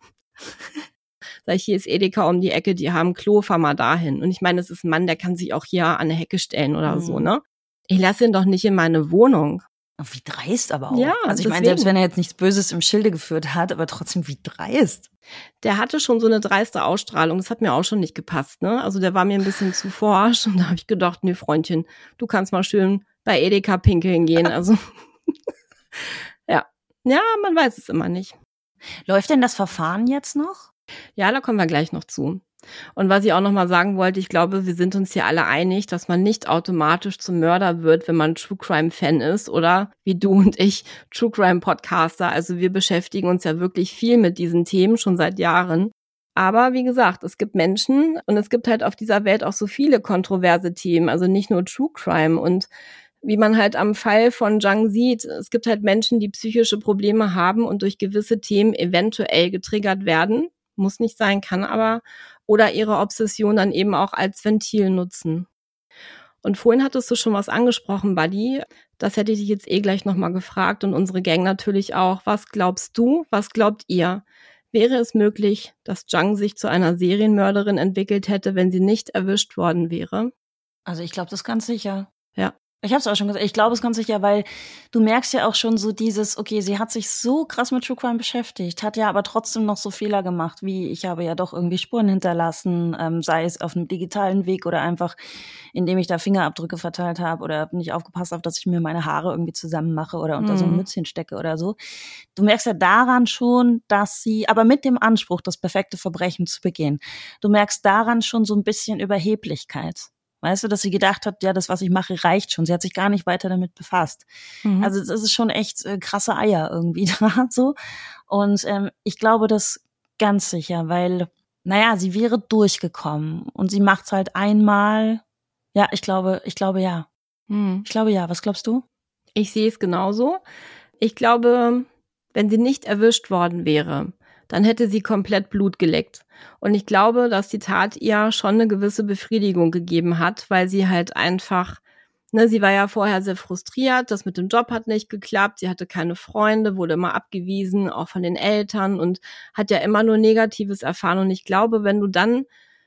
Sag ich, hier ist Edeka um die Ecke, die haben Klo, fahr mal dahin. Und ich meine, es ist ein Mann, der kann sich auch hier an eine Hecke stellen oder mhm. so, ne? Ich lasse ihn doch nicht in meine Wohnung. Wie dreist aber auch. Ja, also ich meine, selbst wenn er jetzt nichts Böses im Schilde geführt hat, aber trotzdem wie dreist. Der hatte schon so eine dreiste Ausstrahlung, das hat mir auch schon nicht gepasst, ne? Also der war mir ein bisschen zu forsch und da habe ich gedacht, nee, Freundchen, du kannst mal schön bei Edeka pinkeln gehen. Also ja, ja, man weiß es immer nicht. Läuft denn das Verfahren jetzt noch? Ja, da kommen wir gleich noch zu. Und was ich auch noch mal sagen wollte, ich glaube, wir sind uns hier alle einig, dass man nicht automatisch zum Mörder wird, wenn man True Crime Fan ist oder wie du und ich True Crime Podcaster. Also wir beschäftigen uns ja wirklich viel mit diesen Themen schon seit Jahren. Aber wie gesagt, es gibt Menschen und es gibt halt auf dieser Welt auch so viele kontroverse Themen, also nicht nur True Crime. Und wie man halt am Fall von Zhang sieht, es gibt halt Menschen, die psychische Probleme haben und durch gewisse Themen eventuell getriggert werden. Muss nicht sein, kann aber, oder ihre Obsession dann eben auch als Ventil nutzen. Und vorhin hattest du schon was angesprochen, Buddy. Das hätte ich dich jetzt eh gleich nochmal gefragt und unsere Gang natürlich auch. Was glaubst du, was glaubt ihr? Wäre es möglich, dass Zhang sich zu einer Serienmörderin entwickelt hätte, wenn sie nicht erwischt worden wäre? Also ich glaube das ganz sicher. Ja. Ich habe es auch schon gesagt. Ich glaube es ganz sicher, weil du merkst ja auch schon so dieses, okay, sie hat sich so krass mit True Crime beschäftigt, hat ja aber trotzdem noch so Fehler gemacht, wie ich habe ja doch irgendwie Spuren hinterlassen, ähm, sei es auf einem digitalen Weg oder einfach, indem ich da Fingerabdrücke verteilt habe oder nicht aufgepasst habe, dass ich mir meine Haare irgendwie zusammen mache oder unter mhm. so ein Mützchen stecke oder so. Du merkst ja daran schon, dass sie, aber mit dem Anspruch, das perfekte Verbrechen zu begehen, du merkst daran schon so ein bisschen Überheblichkeit. Weißt du, dass sie gedacht hat, ja, das, was ich mache, reicht schon. Sie hat sich gar nicht weiter damit befasst. Mhm. Also das ist schon echt äh, krasse Eier irgendwie da so. Und ähm, ich glaube das ganz sicher, weil, naja, sie wäre durchgekommen und sie macht's halt einmal. Ja, ich glaube, ich glaube ja. Mhm. Ich glaube ja. Was glaubst du? Ich sehe es genauso. Ich glaube, wenn sie nicht erwischt worden wäre, dann hätte sie komplett Blut geleckt. Und ich glaube, dass die Tat ihr schon eine gewisse Befriedigung gegeben hat, weil sie halt einfach, ne, sie war ja vorher sehr frustriert, das mit dem Job hat nicht geklappt, sie hatte keine Freunde, wurde immer abgewiesen, auch von den Eltern und hat ja immer nur Negatives erfahren. Und ich glaube, wenn du dann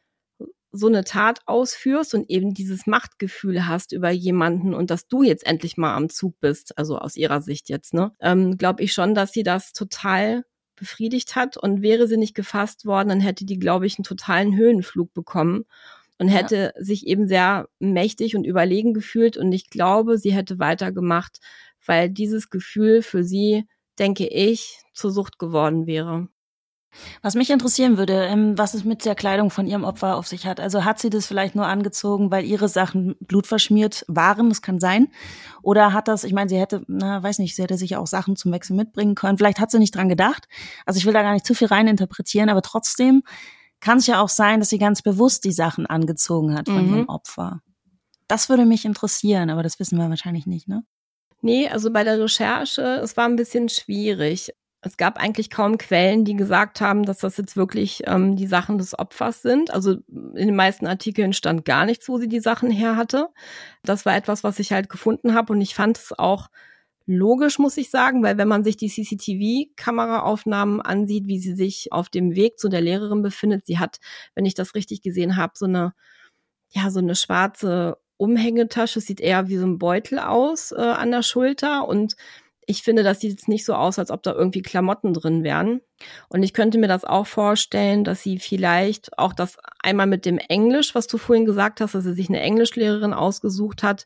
so eine Tat ausführst und eben dieses Machtgefühl hast über jemanden und dass du jetzt endlich mal am Zug bist, also aus ihrer Sicht jetzt, ne, ähm, glaube ich schon, dass sie das total befriedigt hat, und wäre sie nicht gefasst worden, dann hätte die, glaube ich, einen totalen Höhenflug bekommen und hätte ja. sich eben sehr mächtig und überlegen gefühlt, und ich glaube, sie hätte weitergemacht, weil dieses Gefühl für sie, denke ich, zur Sucht geworden wäre. Was mich interessieren würde, was es mit der Kleidung von ihrem Opfer auf sich hat. Also hat sie das vielleicht nur angezogen, weil ihre Sachen blutverschmiert waren? Das kann sein. Oder hat das, ich meine, sie hätte, na, weiß nicht, sie hätte sicher auch Sachen zum Wechsel mitbringen können. Vielleicht hat sie nicht dran gedacht. Also ich will da gar nicht zu viel rein interpretieren, aber trotzdem kann es ja auch sein, dass sie ganz bewusst die Sachen angezogen hat von mhm. ihrem Opfer. Das würde mich interessieren, aber das wissen wir wahrscheinlich nicht, ne? Nee, also bei der Recherche, es war ein bisschen schwierig. Es gab eigentlich kaum Quellen, die gesagt haben, dass das jetzt wirklich ähm, die Sachen des Opfers sind. Also in den meisten Artikeln stand gar nichts, wo sie die Sachen her hatte. Das war etwas, was ich halt gefunden habe, und ich fand es auch logisch, muss ich sagen, weil wenn man sich die C C T V-Kameraaufnahmen ansieht, wie sie sich auf dem Weg zu der Lehrerin befindet, sie hat, wenn ich das richtig gesehen habe, so eine, ja, so eine schwarze Umhängetasche, sieht eher wie so ein Beutel aus äh, an der Schulter, und ich finde, das sieht jetzt nicht so aus, als ob da irgendwie Klamotten drin wären. Und ich könnte mir das auch vorstellen, dass sie vielleicht auch das einmal mit dem Englisch, was du vorhin gesagt hast, dass sie sich eine Englischlehrerin ausgesucht hat,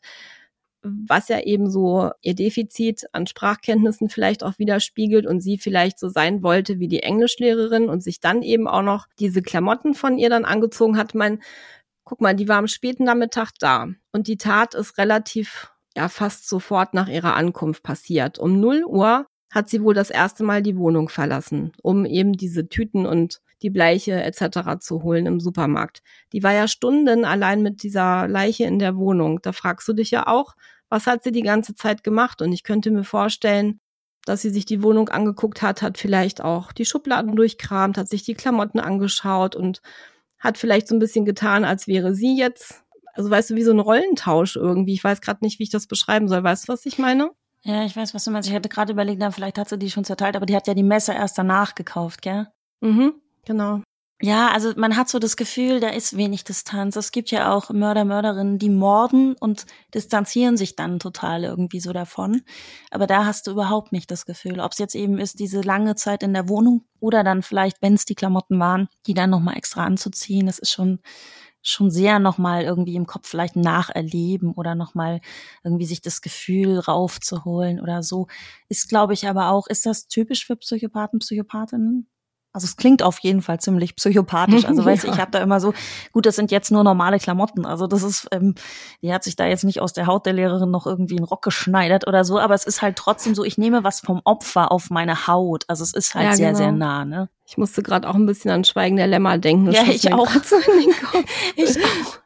was ja eben so ihr Defizit an Sprachkenntnissen vielleicht auch widerspiegelt und sie vielleicht so sein wollte wie die Englischlehrerin und sich dann eben auch noch diese Klamotten von ihr dann angezogen hat. Mein, guck mal, die war am späten Nachmittag da und die Tat ist relativ ja fast sofort nach ihrer Ankunft passiert. Um null Uhr hat sie wohl das erste Mal die Wohnung verlassen, um eben diese Tüten und die Bleiche et cetera zu holen im Supermarkt. Die war ja Stunden allein mit dieser Leiche in der Wohnung. Da fragst du dich ja auch, was hat sie die ganze Zeit gemacht? Und ich könnte mir vorstellen, dass sie sich die Wohnung angeguckt hat, hat vielleicht auch die Schubladen durchkramt, hat sich die Klamotten angeschaut und hat vielleicht so ein bisschen getan, als wäre sie jetzt, also weißt du, wie so ein Rollentausch irgendwie. Ich weiß gerade nicht, wie ich das beschreiben soll. Weißt du, was ich meine? Ja, ich weiß, was du meinst. Ich hatte gerade überlegt, dann vielleicht hat sie die schon zerteilt, aber die hat ja die Messer erst danach gekauft, gell? Mhm, genau. Ja, also man hat so das Gefühl, da ist wenig Distanz. Es gibt ja auch Mörder, Mörderinnen, die morden und distanzieren sich dann total irgendwie so davon. Aber da hast du überhaupt nicht das Gefühl, ob es jetzt eben ist, diese lange Zeit in der Wohnung oder dann vielleicht, wenn es die Klamotten waren, die dann nochmal extra anzuziehen. Das ist schon schon sehr nochmal irgendwie im Kopf vielleicht nacherleben oder nochmal irgendwie sich das Gefühl raufzuholen oder so. Ist, glaube ich, aber auch, ist das typisch für Psychopathen, Psychopathinnen? Also es klingt auf jeden Fall ziemlich psychopathisch. Also weißt du, ja. Ich habe da immer so, gut, das sind jetzt nur normale Klamotten. Also das ist, ähm, die hat sich da jetzt nicht aus der Haut der Lehrerin noch irgendwie einen Rock geschneidert oder so, aber es ist halt trotzdem so, ich nehme was vom Opfer auf meine Haut. Also es ist halt ja, sehr, genau. sehr nah, ne? Ich musste gerade auch ein bisschen an Schweigen der Lämmer denken. Das ja, ich auch. So in den Kopf. Ich auch.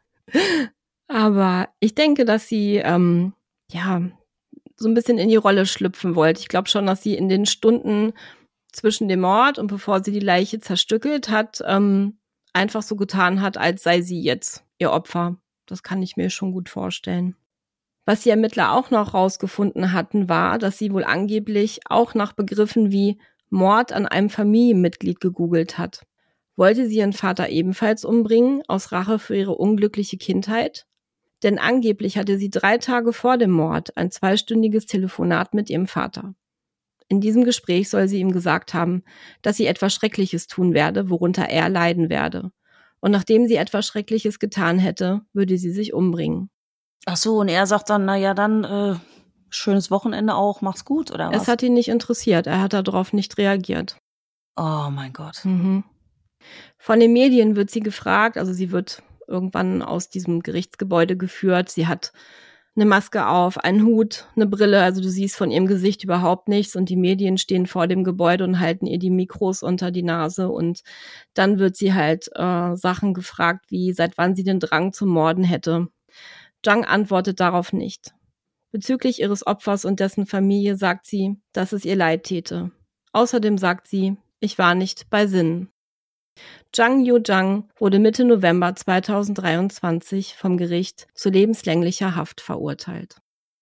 Aber ich denke, dass sie, ähm, ja, so ein bisschen in die Rolle schlüpfen wollte. Ich glaube schon, dass sie in den Stunden zwischen dem Mord und bevor sie die Leiche zerstückelt hat, ähm, einfach so getan hat, als sei sie jetzt ihr Opfer. Das kann ich mir schon gut vorstellen. Was die Ermittler auch noch rausgefunden hatten, war, dass sie wohl angeblich auch nach Begriffen wie Mord an einem Familienmitglied gegoogelt hat. Wollte sie ihren Vater ebenfalls umbringen, aus Rache für ihre unglückliche Kindheit? Denn angeblich hatte sie drei Tage vor dem Mord ein zweistündiges Telefonat mit ihrem Vater. In diesem Gespräch soll sie ihm gesagt haben, dass sie etwas Schreckliches tun werde, worunter er leiden werde. Und nachdem sie etwas Schreckliches getan hätte, würde sie sich umbringen. Ach so, und er sagt dann, na ja, dann äh, schönes Wochenende auch, mach's gut, oder was? Es hat ihn nicht interessiert, er hat darauf nicht reagiert. Oh mein Gott. Mhm. Von den Medien wird sie gefragt, also sie wird irgendwann aus diesem Gerichtsgebäude geführt. Sie hat eine Maske auf, einen Hut, eine Brille, also du siehst von ihrem Gesicht überhaupt nichts und die Medien stehen vor dem Gebäude und halten ihr die Mikros unter die Nase und dann wird sie halt äh, Sachen gefragt, wie seit wann sie den Drang zum Morden hätte. Zhang antwortet darauf nicht. Bezüglich ihres Opfers und dessen Familie sagt sie, dass es ihr leid täte. Außerdem sagt sie, ich war nicht bei Sinnen. Zhang Youjiang wurde Mitte November zweitausenddreiundzwanzig vom Gericht zu lebenslänglicher Haft verurteilt.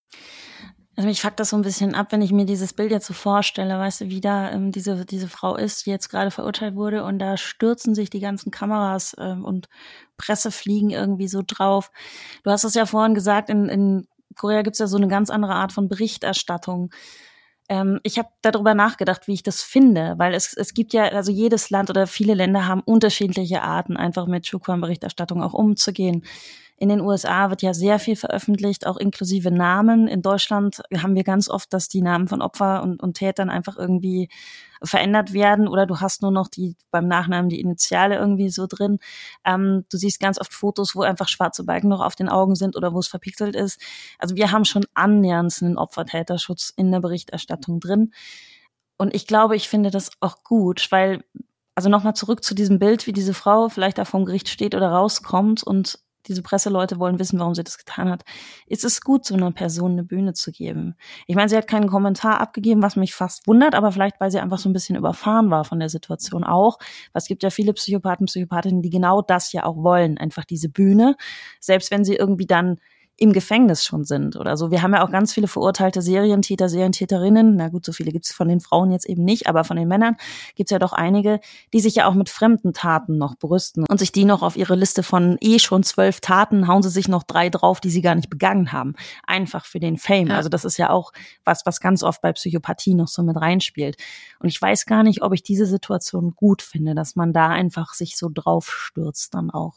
Also mich fuckt das so ein bisschen ab, wenn ich mir dieses Bild jetzt so vorstelle, weißt du, wie da ähm, diese diese Frau ist, die jetzt gerade verurteilt wurde und da stürzen sich die ganzen Kameras ähm, und Presse fliegen irgendwie so drauf. Du hast es ja vorhin gesagt, in, in Korea gibt's ja so eine ganz andere Art von Berichterstattung. Ähm, ich habe darüber nachgedacht, wie ich das finde, weil es es gibt ja, also jedes Land oder viele Länder haben unterschiedliche Arten, einfach mit True Crime Berichterstattung auch umzugehen. In den U S A wird ja sehr viel veröffentlicht, auch inklusive Namen. In Deutschland haben wir ganz oft, dass die Namen von Opfer und, und Tätern einfach irgendwie verändert werden oder du hast nur noch die beim Nachnamen die Initiale irgendwie so drin. Ähm, du siehst ganz oft Fotos, wo einfach schwarze Balken noch auf den Augen sind oder wo es verpixelt ist. Also wir haben schon annähernd einen Opfer-Täterschutz in der Berichterstattung drin. Und ich glaube, ich finde das auch gut, weil, also nochmal zurück zu diesem Bild, wie diese Frau vielleicht da vom Gericht steht oder rauskommt und diese Presseleute wollen wissen, warum sie das getan hat. Ist es gut, so einer Person eine Bühne zu geben? Ich meine, sie hat keinen Kommentar abgegeben, was mich fast wundert, aber vielleicht, weil sie einfach so ein bisschen überfahren war von der Situation auch. Weil es gibt ja viele Psychopathen, Psychopathinnen, die genau das ja auch wollen, einfach diese Bühne. Selbst wenn sie irgendwie dann im Gefängnis schon sind oder so. Wir haben ja auch ganz viele verurteilte Serientäter, Serientäterinnen. Na gut, so viele gibt's von den Frauen jetzt eben nicht, aber von den Männern gibt's ja doch einige, die sich ja auch mit fremden Taten noch brüsten und sich die noch auf ihre Liste von eh schon zwölf Taten hauen sie sich noch drei drauf, die sie gar nicht begangen haben. Einfach für den Fame. Ja. Also das ist ja auch was, was ganz oft bei Psychopathie noch so mit reinspielt. Und ich weiß gar nicht, ob ich diese Situation gut finde, dass man da einfach sich so drauf stürzt dann auch.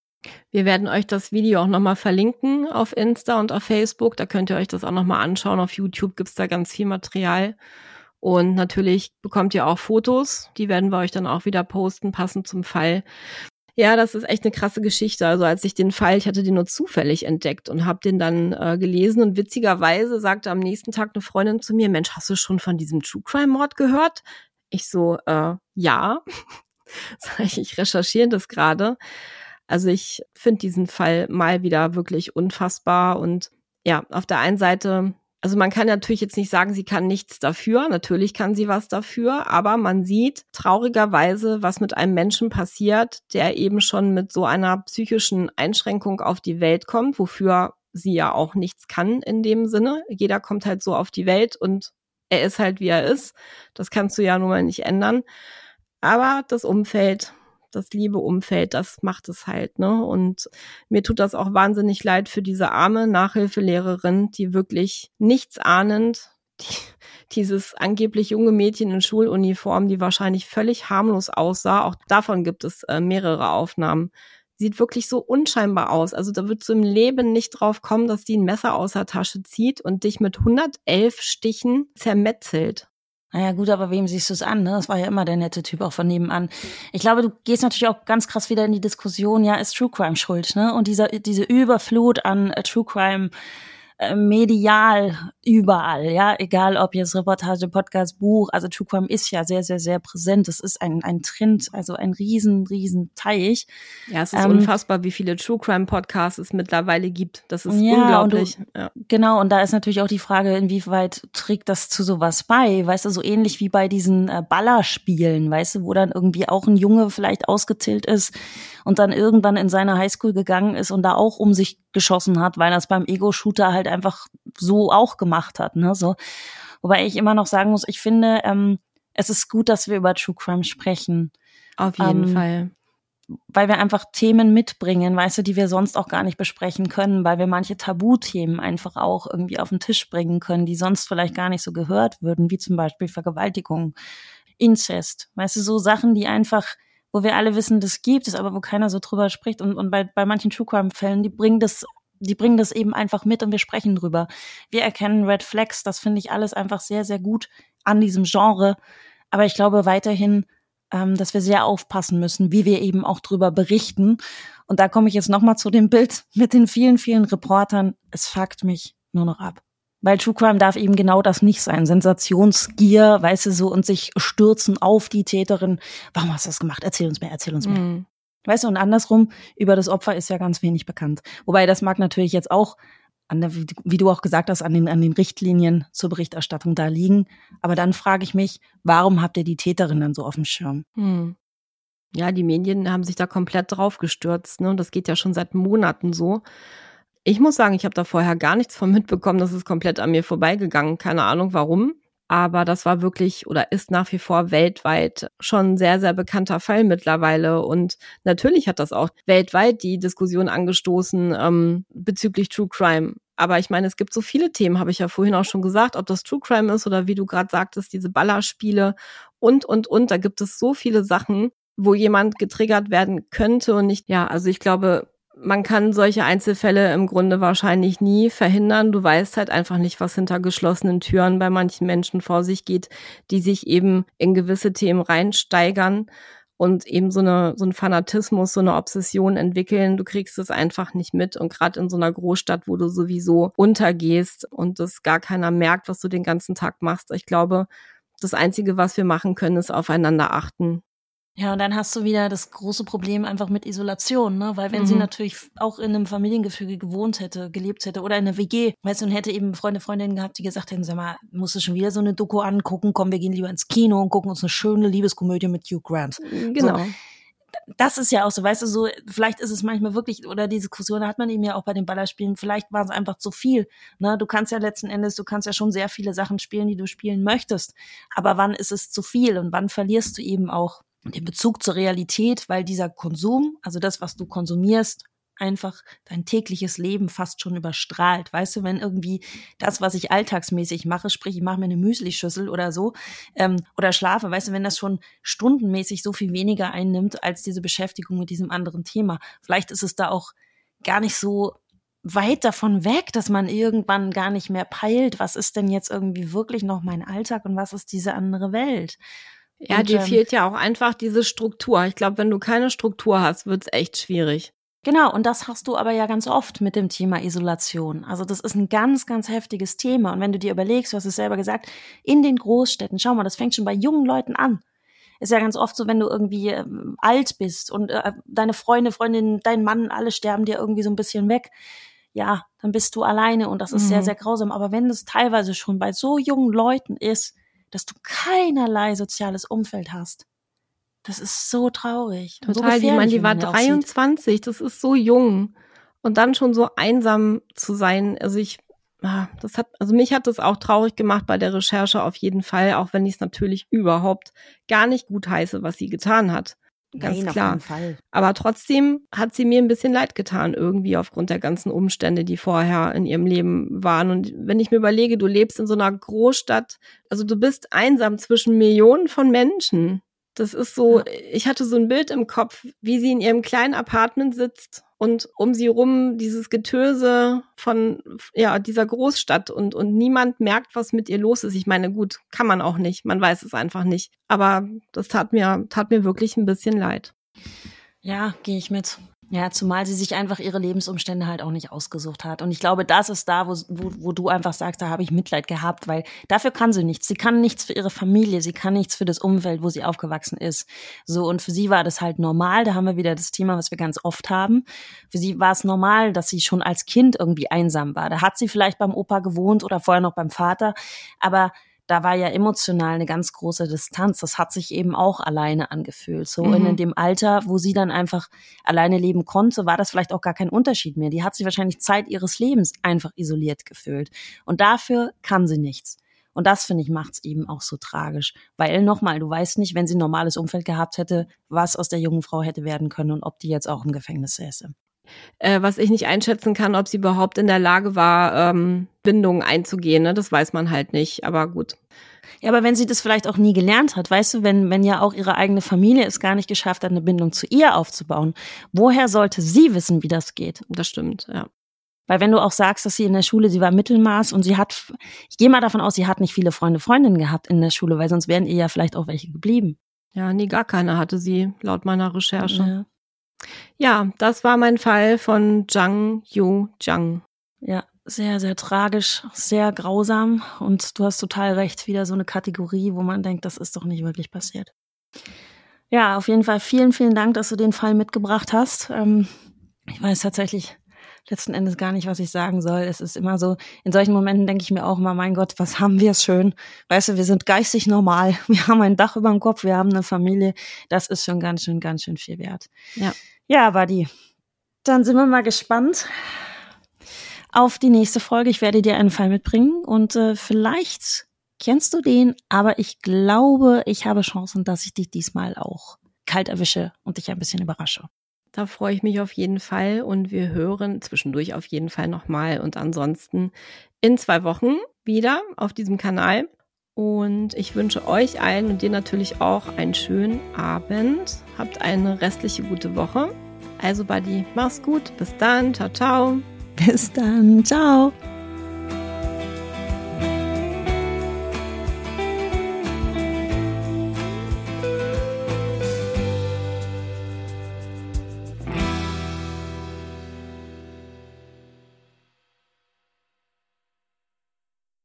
Wir werden euch das Video auch nochmal verlinken auf Insta und auf Facebook. Da könnt ihr euch das auch nochmal anschauen. Auf YouTube gibt's da ganz viel Material. Und natürlich bekommt ihr auch Fotos. Die werden wir euch dann auch wieder posten, passend zum Fall. Ja, das ist echt eine krasse Geschichte. Also als ich den Fall, ich hatte den nur zufällig entdeckt und habe den dann äh, gelesen. Und witzigerweise sagte am nächsten Tag eine Freundin zu mir, Mensch, hast du schon von diesem True-Crime-Mord gehört? Ich so, äh, ja. Sag ich, ich recherchiere das gerade. Also ich finde diesen Fall mal wieder wirklich unfassbar und ja, auf der einen Seite, also man kann natürlich jetzt nicht sagen, sie kann nichts dafür, natürlich kann sie was dafür, aber man sieht traurigerweise, was mit einem Menschen passiert, der eben schon mit so einer psychischen Einschränkung auf die Welt kommt, wofür sie ja auch nichts kann in dem Sinne. Jeder kommt halt so auf die Welt und er ist halt, wie er ist. Das kannst du ja nun mal nicht ändern. Aber das Umfeld, das liebe Umfeld, das macht es halt, ne? Und mir tut das auch wahnsinnig leid für diese arme Nachhilfelehrerin, die wirklich nichts ahnend, die, dieses angeblich junge Mädchen in Schuluniform, die wahrscheinlich völlig harmlos aussah, auch davon gibt es äh, mehrere Aufnahmen, sieht wirklich so unscheinbar aus. Also da wird so im Leben nicht drauf kommen, dass die ein Messer aus der Tasche zieht und dich mit hundertelf Stichen zermetzelt. Naja gut, aber wem siehst du es an? Ne? Das war ja immer der nette Typ auch von nebenan. Ich glaube, du gehst natürlich auch ganz krass wieder in die Diskussion, ja, ist True Crime schuld? Ne? Und dieser, diese Überflut an äh, True Crime äh, medial überall, ja, egal ob jetzt Reportage, Podcast, Buch, also True Crime ist ja sehr, sehr, sehr präsent. Es ist ein ein Trend, also ein riesen, riesen Teich. Ja, es ist ähm, unfassbar, wie viele True Crime Podcasts es mittlerweile gibt. Das ist ja, unglaublich. Und du, ja. Genau, und da ist natürlich auch die Frage, inwieweit trägt das zu sowas bei? Weißt du, so ähnlich wie bei diesen äh, Ballerspielen, weißt du, wo dann irgendwie auch ein Junge vielleicht ausgezählt ist und dann irgendwann in seine Highschool gegangen ist und da auch um sich geschossen hat, weil er es beim Ego-Shooter halt einfach so auch gemacht hat, ne, so. Wobei ich immer noch sagen muss, ich finde, ähm, es ist gut, dass wir über True Crime sprechen. Auf jeden ähm, Fall. weil wir einfach Themen mitbringen, weißt du, die wir sonst auch gar nicht besprechen können, weil wir manche Tabuthemen einfach auch irgendwie auf den Tisch bringen können, die sonst vielleicht gar nicht so gehört würden, wie zum Beispiel Vergewaltigung, Inzest, weißt du, so Sachen, die einfach, wo wir alle wissen, das gibt es, aber wo keiner so drüber spricht. Und, und bei, bei manchen True Crime Fällen, die bringen das, die bringen das eben einfach mit und wir sprechen drüber. Wir erkennen Red Flags, das finde ich alles einfach sehr, sehr gut an diesem Genre. Aber ich glaube weiterhin, ähm, dass wir sehr aufpassen müssen, wie wir eben auch drüber berichten. Und da komme ich jetzt nochmal zu dem Bild mit den vielen, vielen Reportern. Es fuckt mich nur noch ab. Weil True Crime darf eben genau das nicht sein. Sensationsgier, weißt du, so, und sich stürzen auf die Täterin. Warum hast du das gemacht? Erzähl uns mehr, erzähl uns mehr. Mhm. Weißt du, und andersrum, über das Opfer ist ja ganz wenig bekannt. Wobei das mag natürlich jetzt auch, an der, wie du auch gesagt hast, an den, an den Richtlinien zur Berichterstattung da liegen. Aber dann frage ich mich, warum habt ihr die Täterin dann so auf dem Schirm? Mhm. Ja, die Medien haben sich da komplett drauf gestürzt, ne? Und das geht ja schon seit Monaten so. Ich muss sagen, ich habe da vorher gar nichts von mitbekommen, das ist komplett an mir vorbeigegangen, keine Ahnung warum, aber das war wirklich oder ist nach wie vor weltweit schon ein sehr, sehr bekannter Fall mittlerweile und natürlich hat das auch weltweit die Diskussion angestoßen ähm, bezüglich True Crime. Aber ich meine, es gibt so viele Themen, habe ich ja vorhin auch schon gesagt, ob das True Crime ist oder wie du gerade sagtest, diese Ballerspiele und, und, und, da gibt es so viele Sachen, wo jemand getriggert werden könnte und nicht, ja, also ich glaube, man kann solche Einzelfälle im Grunde wahrscheinlich nie verhindern. Du weißt halt einfach nicht, was hinter geschlossenen Türen bei manchen Menschen vor sich geht, die sich eben in gewisse Themen reinsteigern und eben so eine so ein Fanatismus, so eine Obsession entwickeln. Du kriegst es einfach nicht mit und gerade in so einer Großstadt, wo du sowieso untergehst und das gar keiner merkt, was du den ganzen Tag machst. Ich glaube, das Einzige, was wir machen können, ist aufeinander achten. Ja, und dann hast du wieder das große Problem einfach mit Isolation, ne? Weil wenn mhm. sie natürlich auch in einem Familiengefüge gewohnt hätte, gelebt hätte oder in einer W G, weißt du, und hätte eben Freunde, Freundinnen gehabt, die gesagt hätten, sag mal, musst du schon wieder so eine Doku angucken? Komm, wir gehen lieber ins Kino und gucken uns eine schöne Liebeskomödie mit Hugh Grant. Genau. So, das ist ja auch so, weißt du, so, vielleicht ist es manchmal wirklich, oder die Diskussion hat man eben ja auch bei den Ballerspielen, vielleicht war es einfach zu viel, ne? Du kannst ja letzten Endes, du kannst ja schon sehr viele Sachen spielen, die du spielen möchtest, aber wann ist es zu viel und wann verlierst du eben auch den Bezug zur Realität, weil dieser Konsum, also das, was du konsumierst, einfach dein tägliches Leben fast schon überstrahlt. Weißt du, wenn irgendwie das, was ich alltagsmäßig mache, sprich, ich mache mir eine Müslischüssel oder so, ähm, oder schlafe, weißt du, wenn das schon stundenmäßig so viel weniger einnimmt als diese Beschäftigung mit diesem anderen Thema. Vielleicht ist es da auch gar nicht so weit davon weg, dass man irgendwann gar nicht mehr peilt, was ist denn jetzt irgendwie wirklich noch mein Alltag und was ist diese andere Welt? Ja, und, dir ähm, fehlt ja auch einfach diese Struktur. Ich glaube, wenn du keine Struktur hast, wird's echt schwierig. Genau, und das hast du aber ja ganz oft mit dem Thema Isolation. Also das ist ein ganz, ganz heftiges Thema. Und wenn du dir überlegst, du hast es selber gesagt, in den Großstädten, schau mal, das fängt schon bei jungen Leuten an. Ist ja ganz oft so, wenn du irgendwie ähm, alt bist und äh, deine Freunde, Freundinnen, dein Mann, alle sterben dir irgendwie so ein bisschen weg. Ja, dann bist du alleine und das ist mhm. sehr, sehr grausam. Aber wenn es teilweise schon bei so jungen Leuten ist, dass du keinerlei soziales Umfeld hast, das ist so traurig. Total, so ich meine, die war dreiundzwanzig, das ist so jung. Und dann schon so einsam zu sein, also ich, das hat, also mich hat das auch traurig gemacht bei der Recherche auf jeden Fall, auch wenn ich es natürlich überhaupt gar nicht gut heiße, was sie getan hat. Ganz Nein, klar. auf jeden Fall. Aber trotzdem hat sie mir ein bisschen leid getan, irgendwie aufgrund der ganzen Umstände, die vorher in ihrem Leben waren. Und wenn ich mir überlege, du lebst in so einer Großstadt, also du bist einsam zwischen Millionen von Menschen. Das ist so, ja. Ich hatte so ein Bild im Kopf, wie sie in ihrem kleinen Apartment sitzt und um sie rum dieses Getöse von ja dieser Großstadt und und niemand merkt, was mit ihr los ist. Ich meine, gut, kann man auch nicht, man weiß es einfach nicht. Aber das tat mir tat mir wirklich ein bisschen leid. Ja, gehe ich mit. Ja, zumal sie sich einfach ihre Lebensumstände halt auch nicht ausgesucht hat. Und ich glaube, das ist da, wo, wo, wo du einfach sagst, da habe ich Mitleid gehabt, weil dafür kann sie nichts. Sie kann nichts für ihre Familie, sie kann nichts für das Umfeld, wo sie aufgewachsen ist. So, und für sie war das halt normal. Da haben wir wieder das Thema, was wir ganz oft haben. Für sie war es normal, dass sie schon als Kind irgendwie einsam war. Da hat sie vielleicht beim Opa gewohnt oder vorher noch beim Vater, aber da war ja emotional eine ganz große Distanz. Das hat sich eben auch alleine angefühlt. So mhm. in dem Alter, wo sie dann einfach alleine leben konnte, war das vielleicht auch gar kein Unterschied mehr. Die hat sich wahrscheinlich Zeit ihres Lebens einfach isoliert gefühlt. Und dafür kann sie nichts. Und das, finde ich, macht's eben auch so tragisch. Weil nochmal, du weißt nicht, wenn sie ein normales Umfeld gehabt hätte, was aus der jungen Frau hätte werden können und ob die jetzt auch im Gefängnis säße. Äh, was ich nicht einschätzen kann, ob sie überhaupt in der Lage war, ähm, Bindungen einzugehen, ne? Das weiß man halt nicht, aber gut. Ja, aber wenn sie das vielleicht auch nie gelernt hat, weißt du, wenn, wenn ja auch ihre eigene Familie es gar nicht geschafft hat, eine Bindung zu ihr aufzubauen, woher sollte sie wissen, wie das geht? Das stimmt, ja. Weil wenn du auch sagst, dass sie in der Schule, sie war Mittelmaß und sie hat, ich gehe mal davon aus, sie hat nicht viele Freunde, Freundinnen gehabt in der Schule, weil sonst wären ihr ja vielleicht auch welche geblieben. Ja, nee, gar keine hatte sie, laut meiner Recherche. Ja, ja das war mein Fall von Zhang Youjiang. Ja, sehr, sehr tragisch, sehr grausam und du hast total recht, wieder so eine Kategorie, wo man denkt, das ist doch nicht wirklich passiert. Ja, auf jeden Fall vielen, vielen Dank, dass du den Fall mitgebracht hast. Ähm, ich weiß tatsächlich letzten Endes gar nicht, was ich sagen soll. Es ist immer so, in solchen Momenten denke ich mir auch immer, mein Gott, was haben wir es schön. Weißt du, wir sind geistig normal, wir haben ein Dach über dem Kopf, wir haben eine Familie. Das ist schon ganz schön, ganz schön viel wert. Ja, ja, Buddy, dann sind wir mal gespannt auf die nächste Folge. Ich werde dir einen Fall mitbringen und äh, vielleicht kennst du den, aber ich glaube, ich habe Chancen, dass ich dich diesmal auch kalt erwische und dich ein bisschen überrasche. Da freue ich mich auf jeden Fall und wir hören zwischendurch auf jeden Fall nochmal und ansonsten in zwei Wochen wieder auf diesem Kanal. Und ich wünsche euch allen und dir natürlich auch einen schönen Abend. Habt eine restliche gute Woche. Also Buddy, mach's gut. Bis dann. Ciao, ciao. Bis dann. Ciao.